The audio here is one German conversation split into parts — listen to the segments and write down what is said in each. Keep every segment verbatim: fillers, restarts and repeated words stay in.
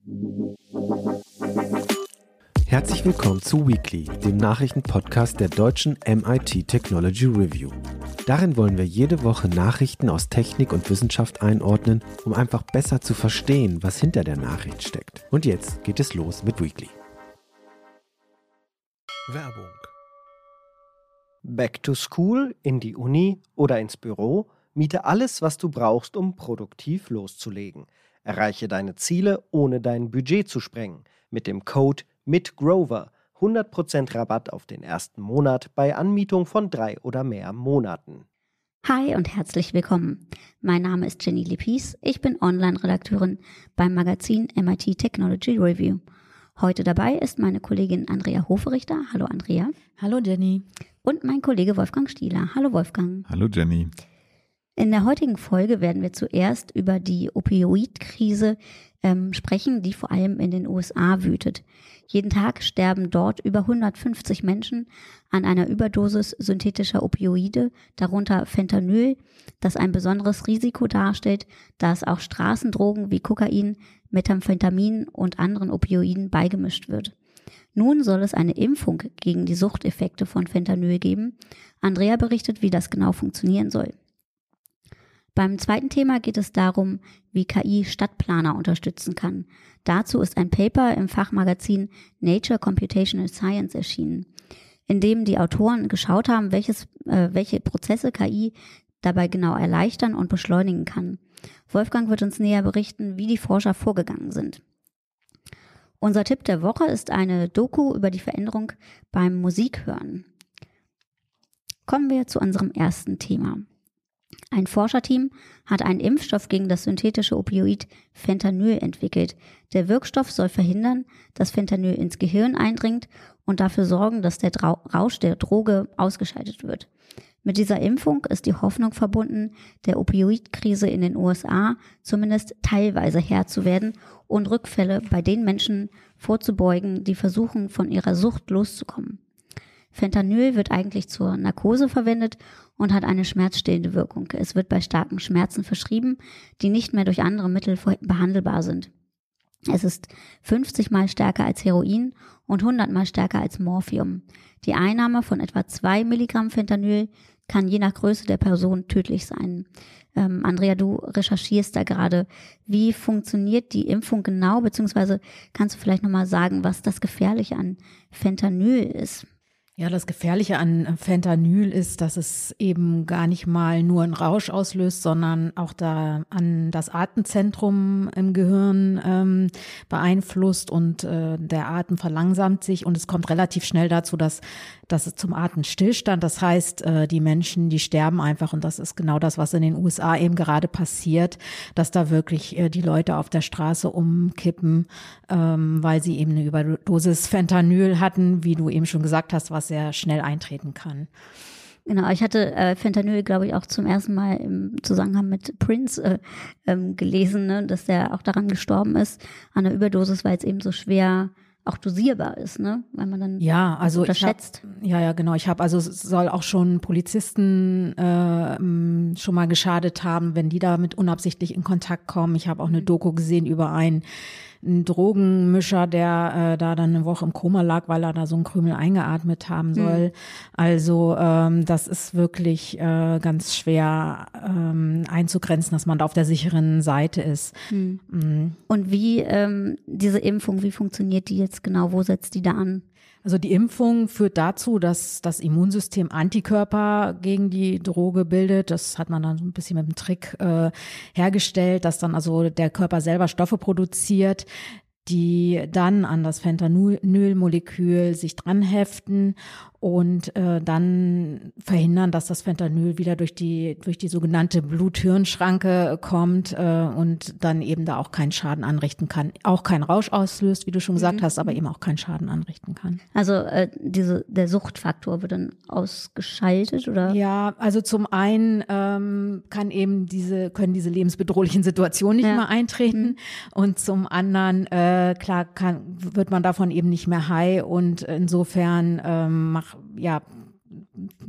Herzlich willkommen zu Weekly, dem Nachrichtenpodcast der deutschen M I T Technology Review. Darin wollen wir jede Woche Nachrichten aus Technik und Wissenschaft einordnen, um einfach besser zu verstehen, was hinter der Nachricht steckt. Und jetzt geht es los mit Weekly. Werbung. Back to School, in die Uni oder ins Büro? Miete alles, was du brauchst, um produktiv loszulegen. Erreiche deine Ziele, ohne dein Budget zu sprengen. Mit dem Code MITGROVER. hundert Prozent Rabatt auf den ersten Monat bei Anmietung von drei oder mehr Monaten. Hi und herzlich willkommen. Mein Name ist Jenny Lippis. Ich bin Online-Redakteurin beim Magazin M I T Technology Review. Heute dabei ist meine Kollegin Andrea Hoferichter. Hallo Andrea. Hallo Jenny. Und mein Kollege Wolfgang Stieler. Hallo Wolfgang. Hallo Jenny. In der heutigen Folge werden wir zuerst über die Opioid-Krise ähm, sprechen, die vor allem in den U S A wütet. Jeden Tag sterben dort über hundertfünfzig Menschen an einer Überdosis synthetischer Opioide, darunter Fentanyl, das ein besonderes Risiko darstellt, da es auch Straßendrogen wie Kokain, Methamphetamin und anderen Opioiden beigemischt wird. Nun soll es eine Impfung gegen die Suchteffekte von Fentanyl geben. Andrea berichtet, wie das genau funktionieren soll. Beim zweiten Thema geht es darum, wie K I Stadtplaner unterstützen kann. Dazu ist ein Paper im Fachmagazin Nature Computational Science erschienen, in dem die Autoren geschaut haben, welches, äh, welche Prozesse K I dabei genau erleichtern und beschleunigen kann. Wolfgang wird uns näher berichten, wie die Forscher vorgegangen sind. Unser Tipp der Woche ist eine Doku über die Veränderung beim Musikhören. Kommen wir zu unserem ersten Thema. Ein Forscherteam hat einen Impfstoff gegen das synthetische Opioid Fentanyl entwickelt. Der Wirkstoff soll verhindern, dass Fentanyl ins Gehirn eindringt und dafür sorgen, dass der Rausch der Droge ausgeschaltet wird. Mit dieser Impfung ist die Hoffnung verbunden, der Opioid-Krise in den U S A zumindest teilweise Herr zu werden und Rückfälle bei den Menschen vorzubeugen, die versuchen, von ihrer Sucht loszukommen. Fentanyl wird eigentlich zur Narkose verwendet und hat eine schmerzstillende Wirkung. Es wird bei starken Schmerzen verschrieben, die nicht mehr durch andere Mittel behandelbar sind. Es ist fünfzig Mal stärker als Heroin und hundert Mal stärker als Morphium. Die Einnahme von etwa zwei Milligramm Fentanyl kann je nach Größe der Person tödlich sein. Ähm, Andrea, du recherchierst da gerade. Wie funktioniert die Impfung genau, beziehungsweise kannst du vielleicht nochmal sagen, was das Gefährliche an Fentanyl ist? Ja, das Gefährliche an Fentanyl ist, dass es eben gar nicht mal nur einen Rausch auslöst, sondern auch da an das Atemzentrum im Gehirn ähm, beeinflusst und äh, der Atem verlangsamt sich und es kommt relativ schnell dazu, dass, dass es zum Atemstillstand, das heißt, äh, die Menschen, die sterben einfach und das ist genau das, was in den U S A eben gerade passiert, dass da wirklich äh, die Leute auf der Straße umkippen, ähm, weil sie eben eine Überdosis Fentanyl hatten, wie du eben schon gesagt hast, was sehr schnell eintreten kann. Genau, ich hatte äh, Fentanyl, glaube ich, auch zum ersten Mal im Zusammenhang mit Prince äh, ähm, gelesen, ne, dass der auch daran gestorben ist, an einer Überdosis, weil es eben so schwer auch dosierbar ist, ne, weil man dann ja, also unterschätzt. Ich hab, ja, ja, genau. Ich habe also es soll auch schon Polizisten äh, schon mal geschadet haben, wenn die damit unabsichtlich in Kontakt kommen. Ich habe auch eine Doku gesehen über einen ein Drogenmischer, der äh, da dann eine Woche im Koma lag, weil er da so einen Krümel eingeatmet haben soll. Mhm. Also ähm, das ist wirklich äh, ganz schwer ähm, einzugrenzen, dass man da auf der sicheren Seite ist. Mhm. Mhm. Und wie ähm, diese Impfung, wie funktioniert die jetzt genau? Wo setzt die da an? Also die Impfung führt dazu, dass das Immunsystem Antikörper gegen die Droge bildet. Das hat man dann so ein bisschen mit dem Trick äh, hergestellt, dass dann also der Körper selber Stoffe produziert, die dann an das Fentanyl-Molekül sich dran heften und äh, dann verhindern, dass das Fentanyl wieder durch die durch die sogenannte Blut-Hirn-Schranke kommt äh, und dann eben da auch keinen Schaden anrichten kann. Auch keinen Rausch auslöst, wie du schon gesagt mhm. hast, aber eben auch keinen Schaden anrichten kann. Also äh, diese der Suchtfaktor wird dann ausgeschaltet, oder? Ja, also zum einen ähm, kann eben diese können diese lebensbedrohlichen Situationen nicht ja. mehr eintreten mhm. und zum anderen äh, klar kann wird man davon eben nicht mehr high und insofern ähm, mach, ja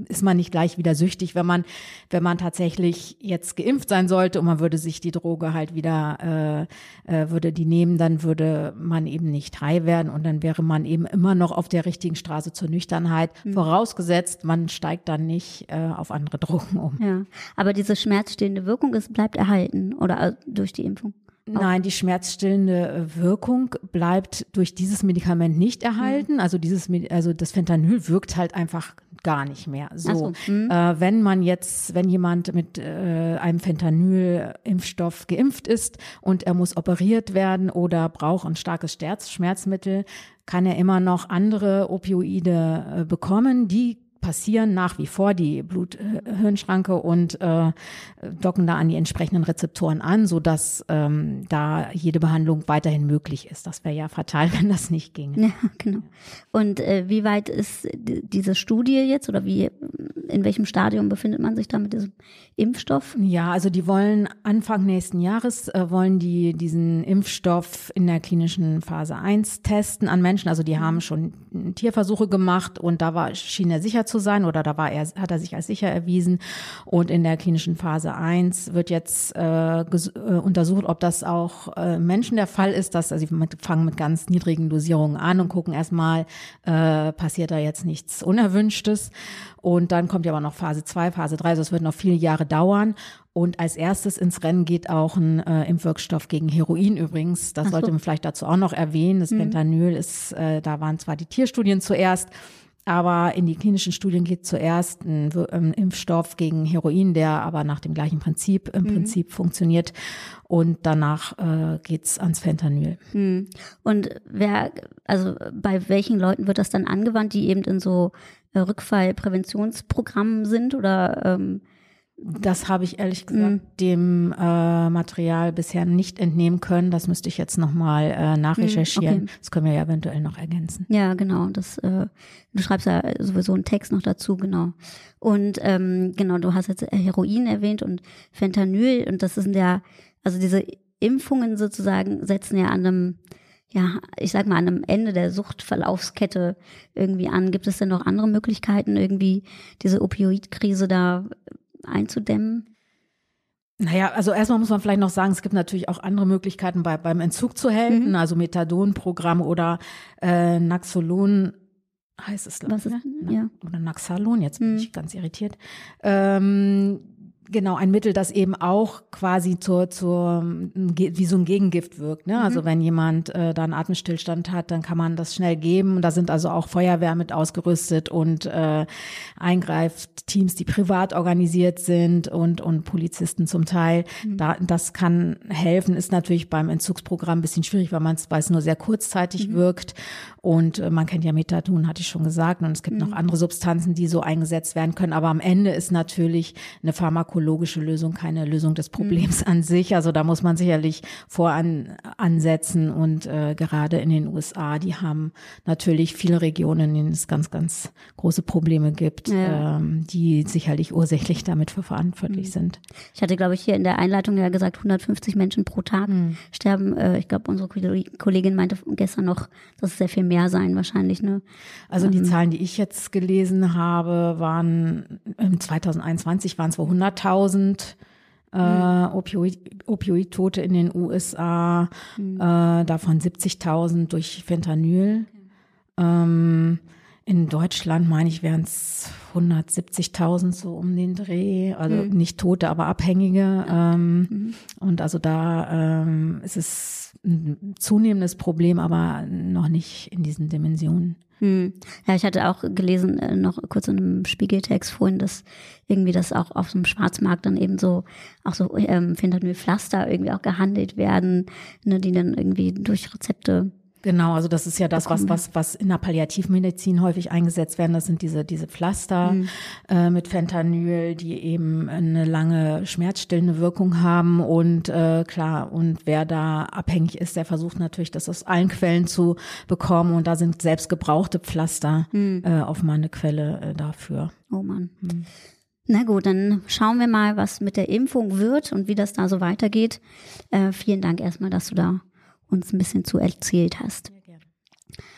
ist man nicht gleich wieder süchtig, wenn man, wenn man tatsächlich jetzt geimpft sein sollte und man würde sich die Droge halt wieder, äh, äh, würde die nehmen, dann würde man eben nicht high werden und dann wäre man eben immer noch auf der richtigen Straße zur Nüchternheit, mhm. vorausgesetzt, man steigt dann nicht äh, auf andere Drogen um. Ja, aber diese schmerzstillende Wirkung ist, bleibt erhalten oder durch die Impfung? Auch. Nein, die schmerzstillende Wirkung bleibt durch dieses Medikament nicht erhalten. Mhm. Also dieses, also das Fentanyl wirkt halt einfach gar nicht mehr. So, so. Mhm. Äh, wenn man jetzt, wenn jemand mit äh, einem Fentanyl-Impfstoff geimpft ist und er muss operiert werden oder braucht ein starkes Schmerzmittel, kann er immer noch andere Opioide äh, bekommen, die passieren nach wie vor die Blut-Hirn-Schranke und äh, docken da an die entsprechenden Rezeptoren an, sodass ähm, da jede Behandlung weiterhin möglich ist. Das wäre ja fatal, wenn das nicht ginge. Ja, genau. Und äh, wie weit ist diese Studie jetzt oder wie, in welchem Stadium befindet man sich da mit diesem Impfstoff? Ja, also die wollen Anfang nächsten Jahres äh, wollen die diesen Impfstoff in der klinischen Phase eins testen an Menschen. Also die haben schon Tierversuche gemacht und da war, schien er sicher zu sein oder da war er, hat er sich als sicher erwiesen. Und in der klinischen Phase eins wird jetzt äh, ges- äh, untersucht, ob das auch äh, Menschen der Fall ist. Dass, also sie mit, fangen mit ganz niedrigen Dosierungen an und gucken erstmal, äh, passiert da jetzt nichts Unerwünschtes. Und dann kommt ja aber noch Phase zwei, Phase drei, also es wird noch viele Jahre dauern. Und als erstes ins Rennen geht auch ein äh, Impfwirkstoff gegen Heroin übrigens. Das so. sollte man vielleicht dazu auch noch erwähnen. Das mhm. Fentanyl ist, äh, da waren zwar die Tierstudien zuerst, aber in die klinischen Studien geht zuerst ein, ein Impfstoff gegen Heroin, der aber nach dem gleichen Prinzip im mhm. Prinzip funktioniert. Und danach äh, geht's ans Fentanyl. Mhm. Und wer, also bei welchen Leuten wird das dann angewandt, die eben in so äh, Rückfallpräventionsprogrammen sind oder ähm Das habe ich ehrlich gesagt mm. dem äh, Material bisher nicht entnehmen können. Das müsste ich jetzt nochmal äh, nachrecherchieren. Okay. Das können wir ja eventuell noch ergänzen. Ja, genau. Das, äh, du schreibst ja sowieso einen Text noch dazu, genau. Und ähm, genau, du hast jetzt Heroin erwähnt und Fentanyl und das sind ja, also diese Impfungen sozusagen setzen ja an einem, ja, ich sag mal, an einem Ende der Suchtverlaufskette irgendwie an. Gibt es denn noch andere Möglichkeiten, irgendwie diese Opioidkrise da einzudämmen? Naja, also erstmal muss man vielleicht noch sagen, es gibt natürlich auch andere Möglichkeiten bei, beim Entzug zu helfen, mhm. also Methadonprogramm oder äh, Naxolon heißt es, glaube ich, ne? Ja. Oder Naxalon, jetzt bin mhm. ich ganz irritiert. Ähm, Genau, ein Mittel, das eben auch quasi zur, zur, wie so ein Gegengift wirkt, ne? Mhm. Also wenn jemand äh, da einen Atemstillstand hat, dann kann man das schnell geben. Und da sind also auch Feuerwehr mit ausgerüstet und äh, Eingreifteams, die privat organisiert sind und, und Polizisten zum Teil. Mhm. Da, das kann helfen, ist natürlich beim Entzugsprogramm ein bisschen schwierig, weil man es, weil es nur sehr kurzzeitig mhm. wirkt. Und äh, man kennt ja Methadon, hatte ich schon gesagt. Und es gibt mhm. noch andere Substanzen, die so eingesetzt werden können. Aber am Ende ist natürlich eine Pharmakologische Lösung keine Lösung des Problems mhm. an sich. Also da muss man sicherlich voran ansetzen und äh, gerade in den U S A, die haben natürlich viele Regionen, in denen es ganz, ganz große Probleme gibt, ja. ähm, die sicherlich ursächlich damit für verantwortlich mhm. sind. Ich hatte, glaube ich, hier in der Einleitung ja gesagt, hundertfünfzig Menschen pro Tag mhm. sterben. Äh, ich glaube, unsere Kollegin meinte gestern noch, dass es sehr viel mehr sein wahrscheinlich. Ne? Also die ähm, Zahlen, die ich jetzt gelesen habe, waren im zwanzig einundzwanzig waren es wohl hunderttausend äh, mhm. Opioid, Opioid-Tote in den U S A, mhm. äh, davon siebzigtausend durch Fentanyl. Mhm. Ähm, in Deutschland, meine ich, wären es hundertsiebzigtausend so um den Dreh, also mhm. nicht Tote, aber Abhängige. Ähm, mhm. Und also da ähm, ist es ein zunehmendes Problem, aber noch nicht in diesen Dimensionen. Hm. Ja, ich hatte auch gelesen, äh, noch kurz in einem Spiegeltext vorhin, dass irgendwie das auch auf dem Schwarzmarkt dann eben so, auch so ähm, Fentanyl-Pflaster irgendwie auch gehandelt werden, ne, die dann irgendwie durch Rezepte. Genau, also das ist ja das, was, was, was in der Palliativmedizin häufig eingesetzt werden. Das sind diese, diese Pflaster mhm. äh, mit Fentanyl, die eben eine lange schmerzstillende Wirkung haben. Und äh, klar, und wer da abhängig ist, der versucht natürlich, das aus allen Quellen zu bekommen. Und da sind selbst gebrauchte Pflaster mhm. äh, oftmals eine Quelle äh, dafür. Oh Mann. Mhm. Na gut, dann schauen wir mal, was mit der Impfung wird und wie das da so weitergeht. Äh, vielen Dank erstmal, dass du da uns ein bisschen zu erzählt hast.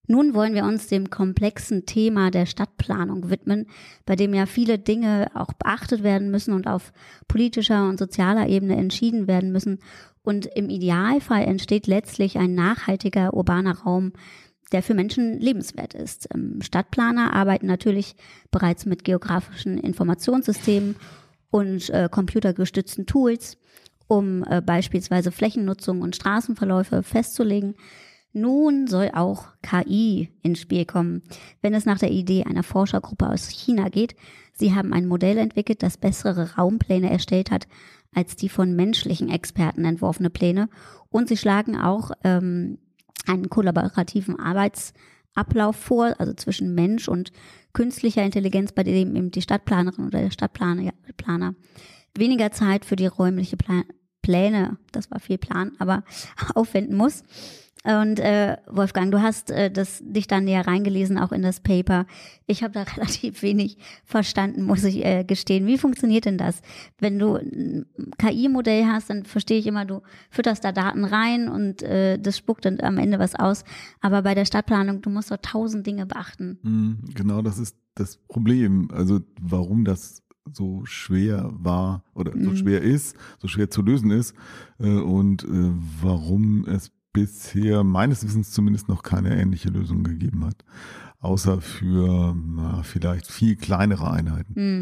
Nun wollen wir uns dem komplexen Thema der Stadtplanung widmen, bei dem ja viele Dinge auch beachtet werden müssen und auf politischer und sozialer Ebene entschieden werden müssen. Und im Idealfall entsteht letztlich ein nachhaltiger urbaner Raum, der für Menschen lebenswert ist. Stadtplaner arbeiten natürlich bereits mit geografischen Informationssystemen und äh, computergestützten Tools, um äh, beispielsweise Flächennutzung und Straßenverläufe festzulegen. Nun soll auch K I ins Spiel kommen, wenn es nach der Idee einer Forschergruppe aus China geht. Sie haben ein Modell entwickelt, das bessere Raumpläne erstellt hat als die von menschlichen Experten entworfene Pläne. Und sie schlagen auch ähm, einen kollaborativen Arbeitsablauf vor, also zwischen Mensch und künstlicher Intelligenz, bei dem eben die Stadtplanerin oder der Stadtplaner Planer weniger Zeit für die räumliche Pla- Pläne, das war viel Plan, aber aufwenden muss. Und äh, Wolfgang, du hast äh, das, dich da näher reingelesen, auch in das Paper. Ich habe da relativ wenig verstanden, muss ich äh, gestehen. Wie funktioniert denn das? Wenn du ein K I-Modell hast, dann verstehe ich immer, du fütterst da Daten rein und äh, das spuckt dann am Ende was aus. Aber bei der Stadtplanung, du musst doch tausend Dinge beachten. Genau, das ist das Problem. Also warum das so schwer war oder so schwer ist, so schwer zu lösen ist äh, und äh, warum es bisher meines Wissens zumindest noch keine ähnliche Lösung gegeben hat, außer für na, vielleicht viel kleinere Einheiten. Mhm.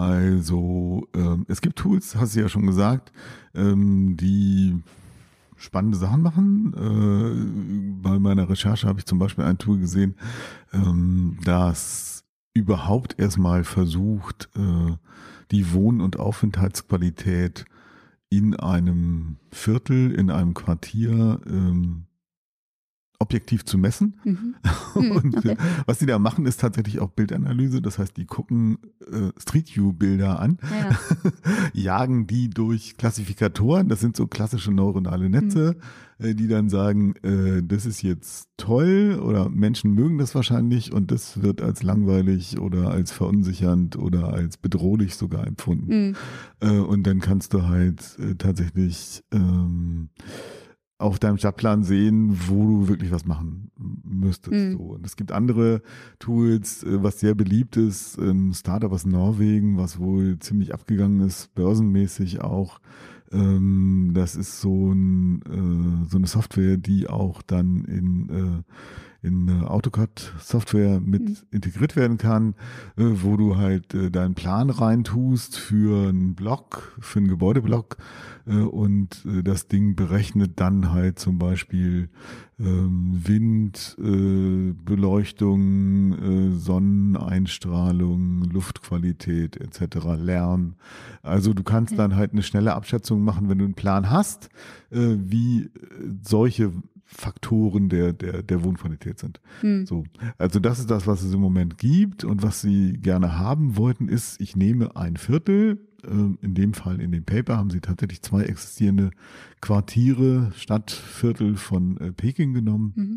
Also ähm, es gibt Tools, hast du ja schon gesagt, ähm, die spannende Sachen machen. Äh, bei meiner Recherche habe ich zum Beispiel ein Tool gesehen, ähm, das überhaupt erstmal versucht, äh, die Wohn- und Aufenthaltsqualität in einem Viertel, in einem Quartier ähm, objektiv zu messen. Mhm. Und okay. Was die da machen, ist tatsächlich auch Bildanalyse. Das heißt, die gucken äh, Street View Bilder an, ja. Jagen die durch Klassifikatoren. Das sind so klassische neuronale Netze, mhm. äh, die dann sagen, äh, das ist jetzt toll oder Menschen mögen das wahrscheinlich und das wird als langweilig oder als verunsichernd oder als bedrohlich sogar empfunden. Mhm. Äh, und dann kannst du halt äh, tatsächlich ähm, auf deinem Stadtplan sehen, wo du wirklich was machen müsstest. Mhm. So. Und es gibt andere Tools, was sehr beliebt ist, ein Startup aus Norwegen, was wohl ziemlich abgegangen ist, börsenmäßig auch. Das ist so, ein, so eine Software, die auch dann in in AutoCAD-Software mit mhm. integriert werden kann, äh, wo du halt äh, deinen Plan reintust für einen Block, für einen Gebäudeblock äh, und äh, das Ding berechnet dann halt zum Beispiel ähm, Wind, äh, Beleuchtung, äh, Sonneneinstrahlung, Luftqualität et cetera, Lärm. Also du kannst okay. dann halt eine schnelle Abschätzung machen, wenn du einen Plan hast, äh, wie solche Faktoren der, der, der Wohnqualität sind. Hm. So. Also das ist das, was es im Moment gibt und was sie gerne haben wollten, ist, ich nehme ein Viertel, äh, in dem Fall in dem Paper haben sie tatsächlich zwei existierende Quartiere, Stadtviertel von äh, Peking genommen. Mhm.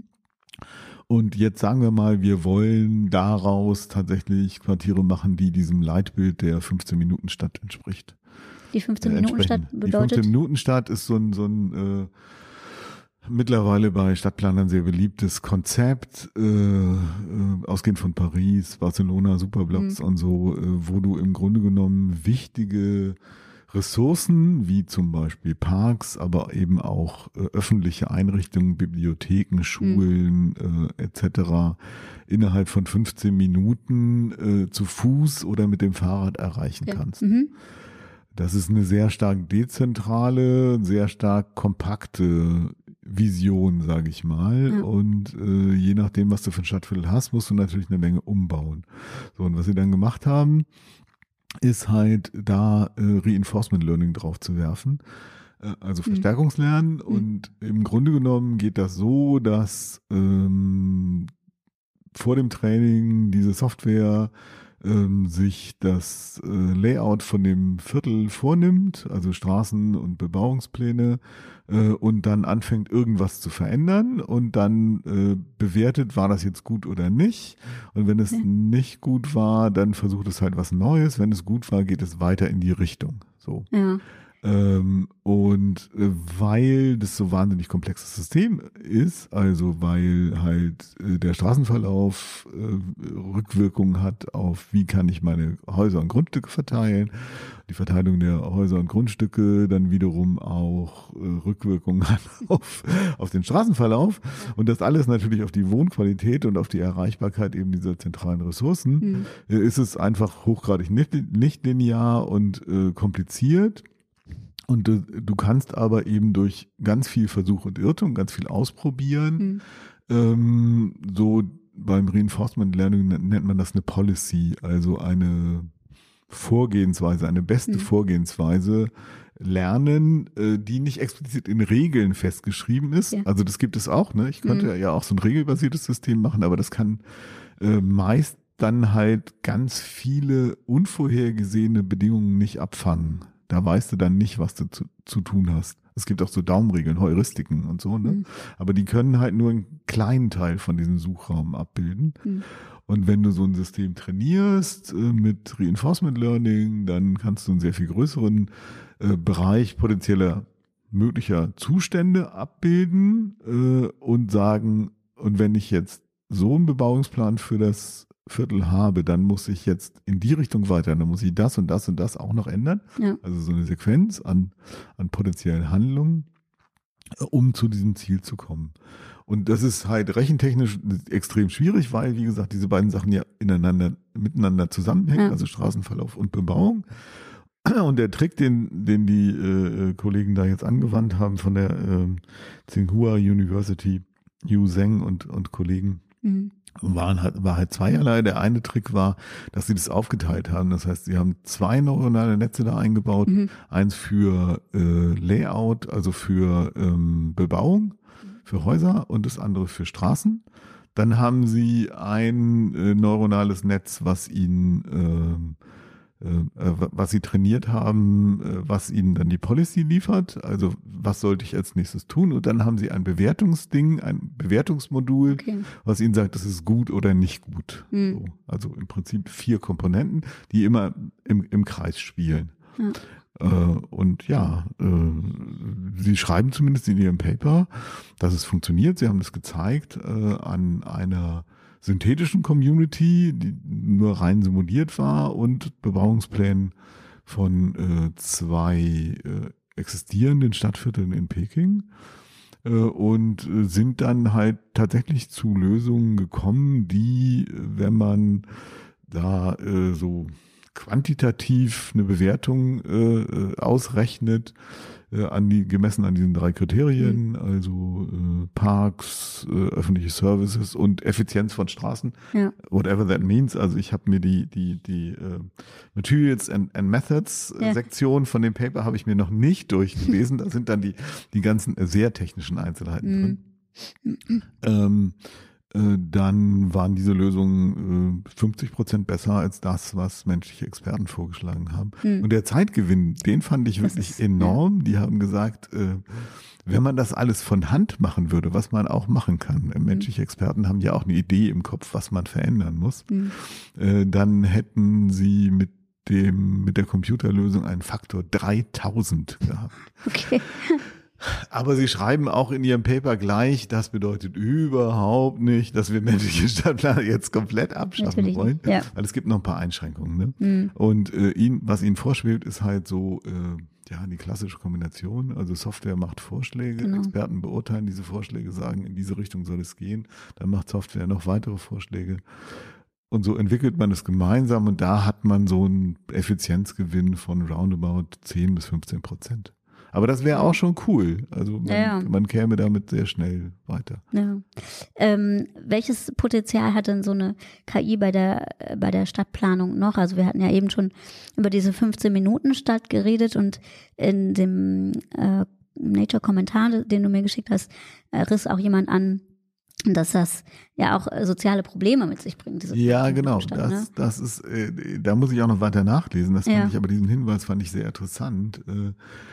Und jetzt sagen wir mal, wir wollen daraus tatsächlich Quartiere machen, die diesem Leitbild der fünfzehn-Minuten-Stadt entspricht. Die fünfzehn-Minuten-Stadt bedeutet? Die fünfzehn-Minuten-Stadt ist so ein, so ein äh, mittlerweile bei Stadtplanern sehr beliebtes Konzept, äh, äh, ausgehend von Paris, Barcelona, Superblocks mhm. und so, äh, wo du im Grunde genommen wichtige Ressourcen, wie zum Beispiel Parks, aber eben auch äh, öffentliche Einrichtungen, Bibliotheken, Schulen mhm. äh, et cetera innerhalb von fünfzehn Minuten äh, zu Fuß oder mit dem Fahrrad erreichen ja. kannst. Mhm. Das ist eine sehr stark dezentrale, sehr stark kompakte Vision, sage ich mal. Ja. Und äh, je nachdem, was du für ein Stadtviertel hast, musst du natürlich eine Menge umbauen. So, und was sie dann gemacht haben, ist halt da äh, Reinforcement Learning drauf zu werfen. Äh, also mhm. Verstärkungslernen. Mhm. Und im Grunde genommen geht das so, dass ähm, vor dem Training diese Software ähm, sich das äh, Layout von dem Viertel vornimmt, also Straßen und Bebauungspläne, äh, und dann anfängt irgendwas zu verändern und dann äh, bewertet, war das jetzt gut oder nicht. Und wenn es ja. nicht gut war, dann versucht es halt was Neues. Wenn es gut war, geht es weiter in die Richtung. So. Ja. Ähm, und äh, weil das so wahnsinnig komplexes System ist, also weil halt äh, der Straßenverlauf äh, Rückwirkungen hat auf, wie kann ich meine Häuser und Grundstücke verteilen, die Verteilung der Häuser und Grundstücke dann wiederum auch äh, Rückwirkungen hat auf, auf den Straßenverlauf und das alles natürlich auf die Wohnqualität und auf die Erreichbarkeit eben dieser zentralen Ressourcen, mhm. äh, ist es einfach hochgradig nicht, nicht linear und äh, kompliziert. Und du, du kannst aber eben durch ganz viel Versuch und Irrtum, ganz viel ausprobieren, mhm. ähm, so beim Reinforcement Learning nennt man das eine Policy, also eine Vorgehensweise, eine beste mhm. Vorgehensweise lernen, äh, die nicht explizit in Regeln festgeschrieben ist. Ja. Also das gibt es auch, ne? Ich könnte mhm. ja auch so ein regelbasiertes System machen, aber das kann äh, meist dann halt ganz viele unvorhergesehene Bedingungen nicht abfangen. Da weißt du dann nicht, was du zu, zu tun hast. Es gibt auch so Daumenregeln, Heuristiken und so, ne? Mhm. Aber die können halt nur einen kleinen Teil von diesem Suchraum abbilden. Mhm. Und wenn du so ein System trainierst äh, mit Reinforcement Learning, dann kannst du einen sehr viel größeren äh, Bereich potenzieller möglicher Zustände abbilden äh, und sagen, und wenn ich jetzt so einen Bebauungsplan für das Viertel habe, dann muss ich jetzt in die Richtung weiter, dann muss ich das und das und das auch noch ändern. Ja. Also so eine Sequenz an, an potenziellen Handlungen, um zu diesem Ziel zu kommen. Und das ist halt rechentechnisch extrem schwierig, weil, wie gesagt, diese beiden Sachen ja ineinander, miteinander zusammenhängen, ja. also Straßenverlauf und Bebauung. Und der Trick, den, den die äh, Kollegen da jetzt angewandt haben von der äh, Tsinghua University, Yu Zheng und, und Kollegen, mhm. Waren halt, war halt zweierlei. Der eine Trick war, dass sie das aufgeteilt haben. Das heißt, sie haben zwei neuronale Netze da eingebaut. Mhm. Eins für äh, Layout, also für ähm, Bebauung, für Häuser und das andere für Straßen. Dann haben sie ein äh, neuronales Netz, was ihnen ähm, äh, was sie trainiert haben, äh, was ihnen dann die Policy liefert, also was sollte ich als nächstes tun, und dann haben sie ein Bewertungsding, ein Bewertungsmodul, okay. was ihnen sagt, das ist gut oder nicht gut. Mhm. So, also im Prinzip vier Komponenten, die immer im, im Kreis spielen. Ja. Äh, und ja, äh, sie schreiben zumindest in ihrem Paper, dass es funktioniert. Sie haben das gezeigt äh, an einer synthetischen Community, die nur rein simuliert war, und Bebauungsplänen von äh, zwei äh, existierenden Stadtvierteln in Peking äh, und äh, sind dann halt tatsächlich zu Lösungen gekommen, die, wenn man da äh, so quantitativ eine Bewertung äh, ausrechnet, äh, an die, gemessen an diesen drei Kriterien, mhm. also äh, Parks, äh, öffentliche Services und Effizienz von Straßen, ja. whatever that means. Also ich habe mir die die die äh, Materials and, and Methods ja. Sektion von dem Paper habe ich mir noch nicht durchgelesen. Da sind dann die die ganzen äh, sehr technischen Einzelheiten mhm. drin. Ähm, dann waren diese Lösungen fünfzig Prozent besser als das, was menschliche Experten vorgeschlagen haben. Hm. Und der Zeitgewinn, den fand ich wirklich ist, enorm. Ja. Die haben gesagt, wenn man das alles von Hand machen würde, was man auch machen kann, hm. menschliche Experten haben ja auch eine Idee im Kopf, was man verändern muss, hm. dann hätten sie mit dem, mit der Computerlösung einen Faktor dreitausend gehabt. Okay. Aber sie schreiben auch in ihrem Paper gleich, das bedeutet überhaupt nicht, dass wir menschliche Stadtplaner jetzt komplett abschaffen Natürlich. wollen, ja. weil es gibt noch ein paar Einschränkungen. Ne? Mhm. Und äh, ihnen, was ihnen vorschwebt, ist halt so äh, ja die klassische Kombination. Also Software macht Vorschläge, genau. Experten beurteilen diese Vorschläge, sagen, in diese Richtung soll es gehen. Dann macht Software noch weitere Vorschläge. Und so entwickelt man es gemeinsam, und da hat man so einen Effizienzgewinn von roundabout zehn bis fünfzehn Prozent. Aber das wäre auch schon cool. Also man, ja, ja. man käme damit sehr schnell weiter. Ja. Ähm, welches Potenzial hat denn so eine K I bei der, bei der Stadtplanung noch? Also wir hatten ja eben schon über diese fünfzehn-Minuten-Stadt geredet, und in dem äh, Nature-Kommentar, den du mir geschickt hast, äh, riss auch jemand an, dass das ja auch soziale Probleme mit sich bringt. Diese ja, genau. Stadt, das, ne? das ist, äh, da muss ich auch noch weiter nachlesen. Das fand ja. ich, aber diesen Hinweis fand ich sehr interessant. Äh,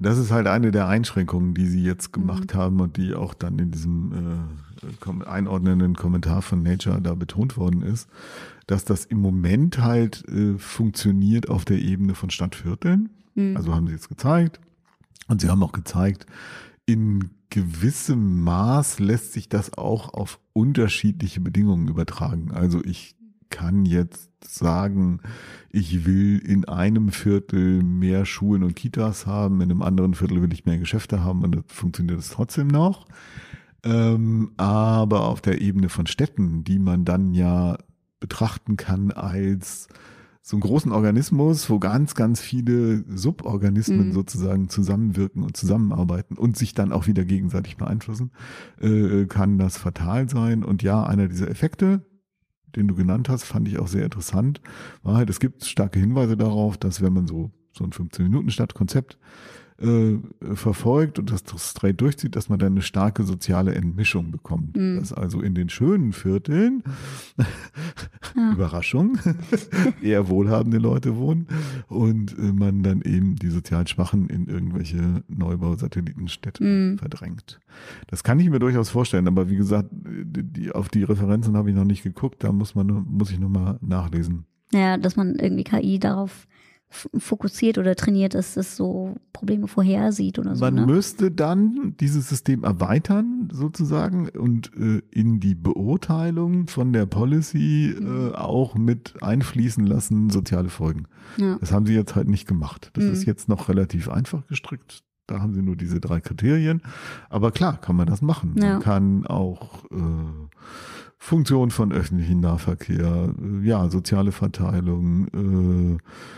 Das ist halt eine der Einschränkungen, die sie jetzt gemacht mhm. haben und die auch dann in diesem äh, einordnenden Kommentar von Nature da betont worden ist, dass das im Moment halt äh, funktioniert auf der Ebene von Stadtvierteln. Mhm. Also haben sie jetzt gezeigt. Und sie haben auch gezeigt, in gewissem Maß lässt sich das auch auf unterschiedliche Bedingungen übertragen. Also ich kann jetzt sagen, ich will in einem Viertel mehr Schulen und Kitas haben, in einem anderen Viertel will ich mehr Geschäfte haben und dann funktioniert das trotzdem noch. Ähm, aber auf der Ebene von Städten, die man dann ja betrachten kann als so einen großen Organismus, wo ganz, ganz viele Suborganismen mhm. sozusagen zusammenwirken und zusammenarbeiten und sich dann auch wieder gegenseitig beeinflussen, äh, kann das fatal sein. Und ja, einer dieser Effekte, den du genannt hast, fand ich auch sehr interessant, war halt, es gibt starke Hinweise darauf, dass wenn man so, so ein fünfzehn-Minuten-Stadt-Konzept äh, verfolgt und das, das straight durchzieht, dass man dann eine starke soziale Entmischung bekommt. Mhm. Dass also in den schönen Vierteln, ja. Überraschung, eher wohlhabende Leute wohnen und äh, man dann eben die sozial Schwachen in irgendwelche Neubau-Satellitenstädte mhm. verdrängt. Das kann ich mir durchaus vorstellen, aber wie gesagt, die, auf die Referenzen habe ich noch nicht geguckt, da muss man muss ich nochmal nachlesen. Ja, dass man irgendwie K I darauf fokussiert oder trainiert ist, dass es so Probleme vorhersieht oder so. Man ne? müsste dann dieses System erweitern sozusagen und äh, in die Beurteilung von der Policy mhm. äh, auch mit einfließen lassen, soziale Folgen. Ja. Das haben sie jetzt halt nicht gemacht. Das mhm. ist jetzt noch relativ einfach gestrickt. Da haben sie nur diese drei Kriterien. Aber klar, kann man das machen. Ja. Man kann auch äh, Funktion von öffentlichem Nahverkehr, äh, ja, soziale Verteilung, äh,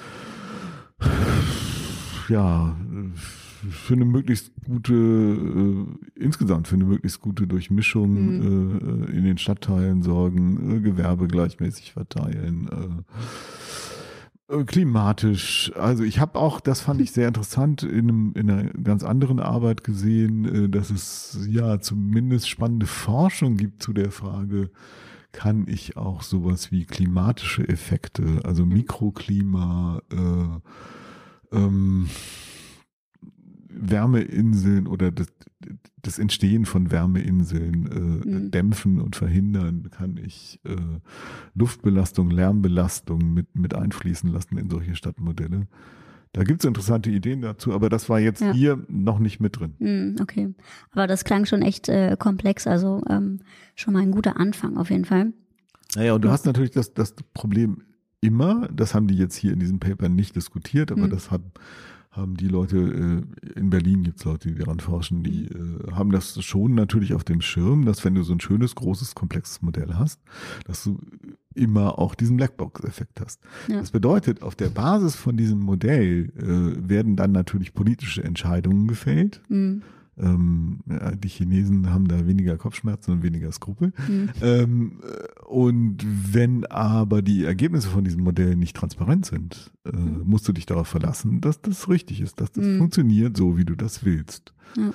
ja, für eine möglichst gute, äh, insgesamt für eine möglichst gute Durchmischung mhm. äh, in den Stadtteilen sorgen, äh, Gewerbe gleichmäßig verteilen, äh, äh, klimatisch. Also ich habe auch, das fand ich sehr interessant, in, einem, in einer ganz anderen Arbeit gesehen, äh, dass es ja zumindest spannende Forschung gibt zu der Frage, kann ich auch sowas wie klimatische Effekte, also Mikroklima, äh, ähm, Wärmeinseln oder das, das Entstehen von Wärmeinseln äh, mhm. dämpfen und verhindern, kann ich äh, Luftbelastung, Lärmbelastung mit, mit einfließen lassen in solche Stadtmodelle. Da gibt es interessante Ideen dazu, aber das war jetzt ja. hier noch nicht mit drin. Mm, okay, aber das klang schon echt äh, komplex, also ähm, schon mal ein guter Anfang auf jeden Fall. Naja, und du ja. hast natürlich das, das Problem immer, das haben die jetzt hier in diesem Paper nicht diskutiert, aber mm. das hat, haben die Leute, äh, in Berlin gibt es Leute, die daran forschen, die äh, haben das schon natürlich auf dem Schirm, dass wenn du so ein schönes, großes, komplexes Modell hast, dass du immer auch diesen Blackbox-Effekt hast. Ja. Das bedeutet, auf der Basis von diesem Modell äh, werden dann natürlich politische Entscheidungen gefällt. Mhm. Ähm, ja, die Chinesen haben da weniger Kopfschmerzen und weniger Skrupel. Mhm. Ähm, und wenn aber die Ergebnisse von diesem Modell nicht transparent sind, äh, mhm. musst du dich darauf verlassen, dass das richtig ist, dass das mhm. funktioniert so, wie du das willst. Ja.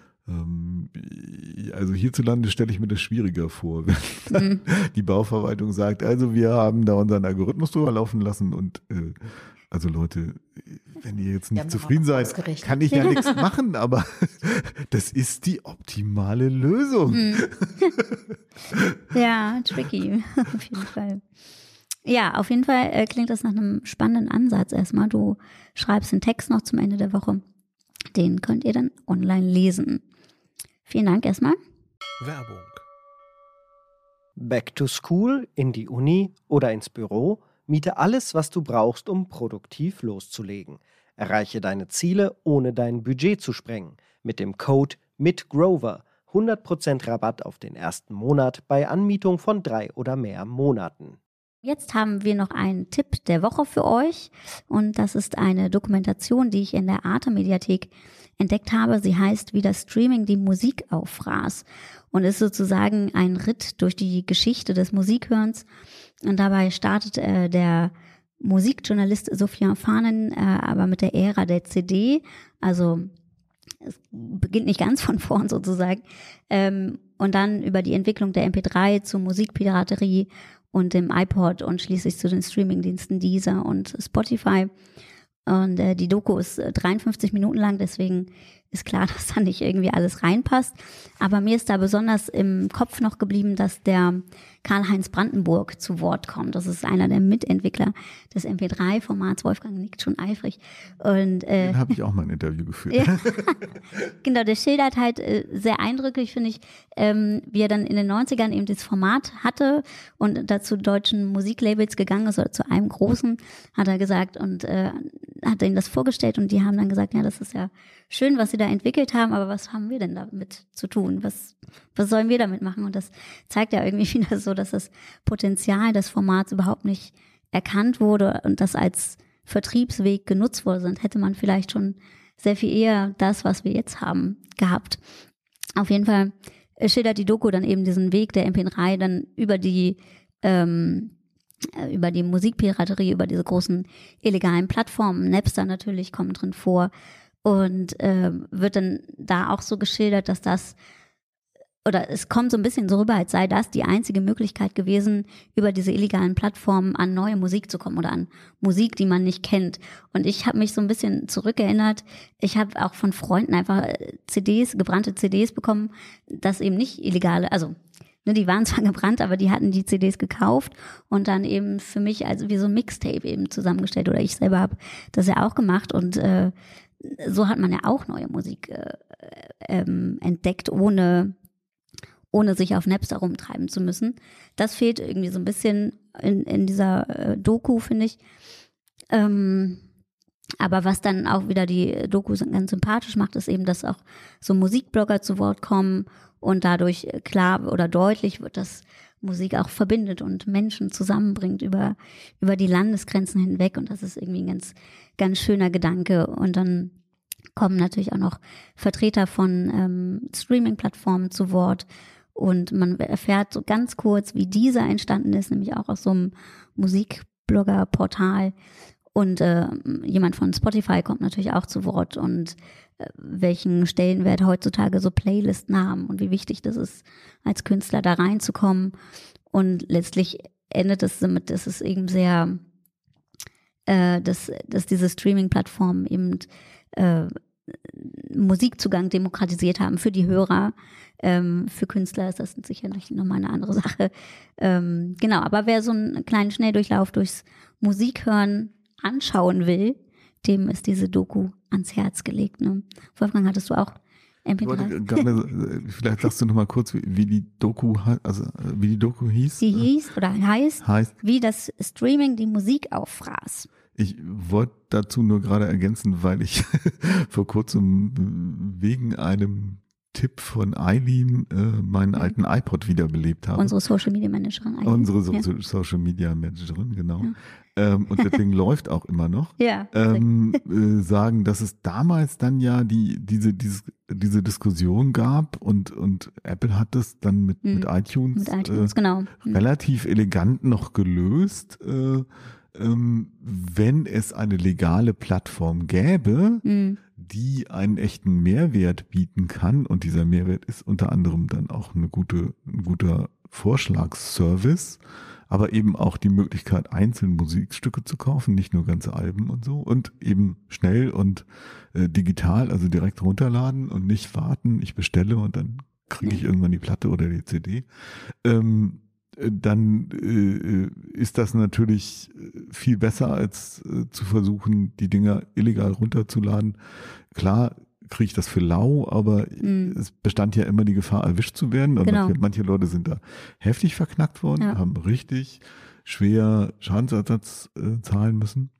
Also hierzulande stelle ich mir das schwieriger vor, wenn mhm. die Bauverwaltung sagt, also wir haben da unseren Algorithmus drüber laufen lassen und äh, also Leute, wenn ihr jetzt nicht zufrieden seid, kann ich ja nichts machen, aber das ist die optimale Lösung. Mhm. Ja, tricky, auf jeden Fall. Ja, auf jeden Fall äh, klingt das nach einem spannenden Ansatz erstmal. Du schreibst einen Text noch zum Ende der Woche. Den könnt ihr dann online lesen. Vielen Dank erstmal. Werbung. Back to School, in die Uni oder ins Büro, miete alles, was du brauchst, um produktiv loszulegen. Erreiche deine Ziele, ohne dein Budget zu sprengen. Mit dem Code MITGROVER. hundert Prozent Rabatt auf den ersten Monat bei Anmietung von drei oder mehr Monaten. Jetzt haben wir noch einen Tipp der Woche für euch und das ist eine Dokumentation, die ich in der Arte-Mediathek entdeckt habe. Sie heißt Wie das Streaming die Musik auffraß und ist sozusagen ein Ritt durch die Geschichte des Musikhörens. Und dabei startet äh, der Musikjournalist Sofian Fahnen äh, aber mit der Ära der C D, also es beginnt nicht ganz von vorn sozusagen, ähm, und dann über die Entwicklung der M P drei zur Musikpiraterie und dem iPod und schließlich zu den Streamingdiensten Deezer und Spotify. Und äh, die Doku ist äh, dreiundfünfzig Minuten lang, deswegen ist klar, dass da nicht irgendwie alles reinpasst. Aber mir ist da besonders im Kopf noch geblieben, dass der Karl-Heinz Brandenburg zu Wort kommt. Das ist einer der Mitentwickler des M P drei Formats. Wolfgang nickt schon eifrig. Und äh, Den habe ich auch mal ein Interview geführt. Ja. Genau, der schildert halt äh, sehr eindrücklich, finde ich, ähm, wie er dann in den neunzigern eben das Format hatte und dazu deutschen Musiklabels gegangen ist oder zu einem großen, hat er gesagt und äh, hat ihnen das vorgestellt und die haben dann gesagt, ja, das ist ja schön, was sie da entwickelt haben, aber was haben wir denn damit zu tun? Was, was sollen wir damit machen? Und das zeigt ja irgendwie wieder so, dass das Potenzial des Formats überhaupt nicht erkannt wurde und das als Vertriebsweg genutzt wurde, sonst hätte man vielleicht schon sehr viel eher das, was wir jetzt haben, gehabt. Auf jeden Fall schildert die Doku dann eben diesen Weg der M P drei dann über die ähm, über die Musikpiraterie, über diese großen illegalen Plattformen. Napster natürlich kommt drin vor und äh, wird dann da auch so geschildert, dass das oder es kommt so ein bisschen so rüber, als sei das die einzige Möglichkeit gewesen, über diese illegalen Plattformen an neue Musik zu kommen oder an Musik, die man nicht kennt. Und ich habe mich so ein bisschen zurückerinnert. Ich habe auch von Freunden einfach C Ds, gebrannte C Ds bekommen, das eben nicht illegale, also ne, die waren zwar gebrannt, aber die hatten die C Ds gekauft und dann eben für mich also wie so ein Mixtape eben zusammengestellt. Oder ich selber habe das ja auch gemacht und äh, so hat man ja auch neue Musik äh, ähm, entdeckt, ohne ohne sich auf Napster rumtreiben zu müssen. Das fehlt irgendwie so ein bisschen in, in dieser äh, Doku, finde ich. Ähm, aber was dann auch wieder die Doku ganz sympathisch macht, ist eben, dass auch so Musikblogger zu Wort kommen und dadurch klar oder deutlich wird, dass Musik auch verbindet und Menschen zusammenbringt über, über die Landesgrenzen hinweg. Und das ist irgendwie ein ganz, ganz schöner Gedanke. Und dann kommen natürlich auch noch Vertreter von ähm, Streaming-Plattformen zu Wort. Und man erfährt so ganz kurz, wie dieser entstanden ist, nämlich auch aus so einem Musikblogger-Portal. Und äh, jemand von Spotify kommt natürlich auch zu Wort und äh, welchen Stellenwert heutzutage so Playlisten haben und wie wichtig das ist, als Künstler da reinzukommen. Und letztlich endet es damit, dass es eben sehr, äh, dass, dass diese Streaming-Plattformen eben äh, Musikzugang demokratisiert haben für die Hörer. Ähm, für Künstler ist das sicherlich nochmal eine andere Sache. Ähm, genau, aber wer so einen kleinen Schnelldurchlauf durchs Musikhören anschauen will, dem ist diese Doku ans Herz gelegt. Ne? Wolfgang, hattest du auch M P drei? Ich gerade, vielleicht sagst du noch mal kurz, wie, wie die Doku, also wie die Doku hieß. Die hieß oder heißt, heißt, wie das Streaming die Musik auffraß. Ich wollte dazu nur gerade ergänzen, weil ich vor kurzem wegen einem Tipp von Eileen äh, meinen mhm. alten iPod wiederbelebt habe. Unsere Social Media Managerin eigentlich. Unsere so ja. Social Media Managerin, genau. Ja. Ähm, und das Ding läuft auch immer noch. Ja. Ähm, äh, sagen, dass es damals dann ja die diese diese diese Diskussion gab und und Apple hat das dann mit mhm. mit iTunes, mit iTunes äh, genau. mhm. relativ elegant noch gelöst. Äh, ähm, wenn es eine legale Plattform gäbe, mhm. die einen echten Mehrwert bieten kann, und dieser Mehrwert ist unter anderem dann auch eine gute, ein guter Vorschlagsservice, aber eben auch die Möglichkeit, einzelne Musikstücke zu kaufen, nicht nur ganze Alben und so, und eben schnell und äh, digital, also direkt runterladen und nicht warten, ich bestelle und dann kriege ich irgendwann die Platte oder die C D. Ähm, dann äh, ist das natürlich viel besser, als äh, zu versuchen, die Dinger illegal runterzuladen. Klar kriege ich das für lau, aber mm. es bestand ja immer die Gefahr, erwischt zu werden. Und genau. manche, manche Leute sind da heftig verknackt worden, ja. haben richtig schwer Schadensersatz äh, zahlen müssen.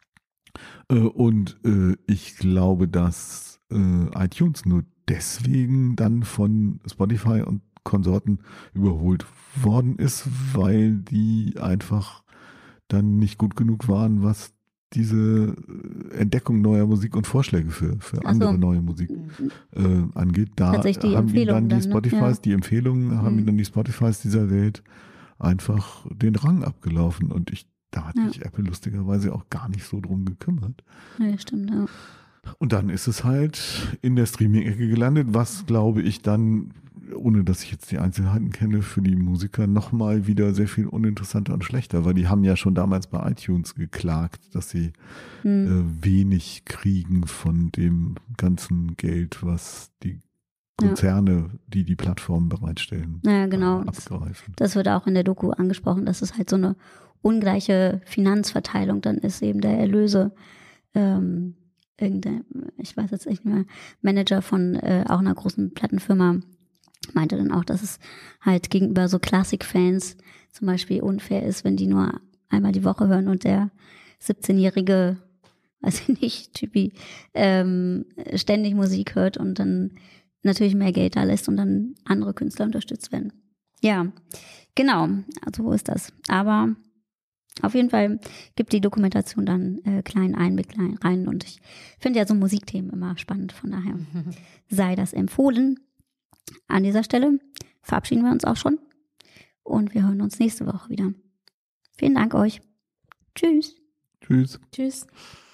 Äh, und äh, ich glaube, dass äh, iTunes nur deswegen dann von Spotify und Konsorten überholt worden ist, weil die einfach dann nicht gut genug waren, was diese Entdeckung neuer Musik und Vorschläge für, für so. andere neue Musik äh, angeht. Da haben ihnen dann die Spotifys, dann, ne? ja. die Empfehlungen, haben ihnen mhm. dann die Spotifys dieser Welt einfach den Rang abgelaufen. Und ich, da hat ja. sich Apple lustigerweise auch gar nicht so drum gekümmert. Ja, stimmt, ja. Und dann ist es halt in der Streaming-Ecke gelandet, was, glaube ich, dann, ohne dass ich jetzt die Einzelheiten kenne, für die Musiker nochmal wieder sehr viel uninteressanter und schlechter, weil die haben ja schon damals bei iTunes geklagt, dass sie hm. äh, wenig kriegen von dem ganzen Geld, was die Konzerne, ja. die die Plattformen bereitstellen, ja, genau. äh, abgreifen. Das wird auch in der Doku angesprochen, dass es halt so eine ungleiche Finanzverteilung dann ist, eben der Erlöse. Ähm, irgendein, ich weiß jetzt nicht mehr, Manager von äh, auch einer großen Plattenfirma meinte dann auch, dass es halt gegenüber so Classic-Fans zum Beispiel unfair ist, wenn die nur einmal die Woche hören und der siebzehnjährige, weiß ich nicht, Typi, ähm, ständig Musik hört und dann natürlich mehr Geld da lässt und dann andere Künstler unterstützt werden. Ja, genau, also wo ist das? Aber auf jeden Fall gibt die Dokumentation dann äh, kleinen Einblick rein und ich finde ja so Musikthemen immer spannend, von daher sei das empfohlen. An dieser Stelle verabschieden wir uns auch schon und wir hören uns nächste Woche wieder. Vielen Dank euch. Tschüss. Tschüss. Tschüss.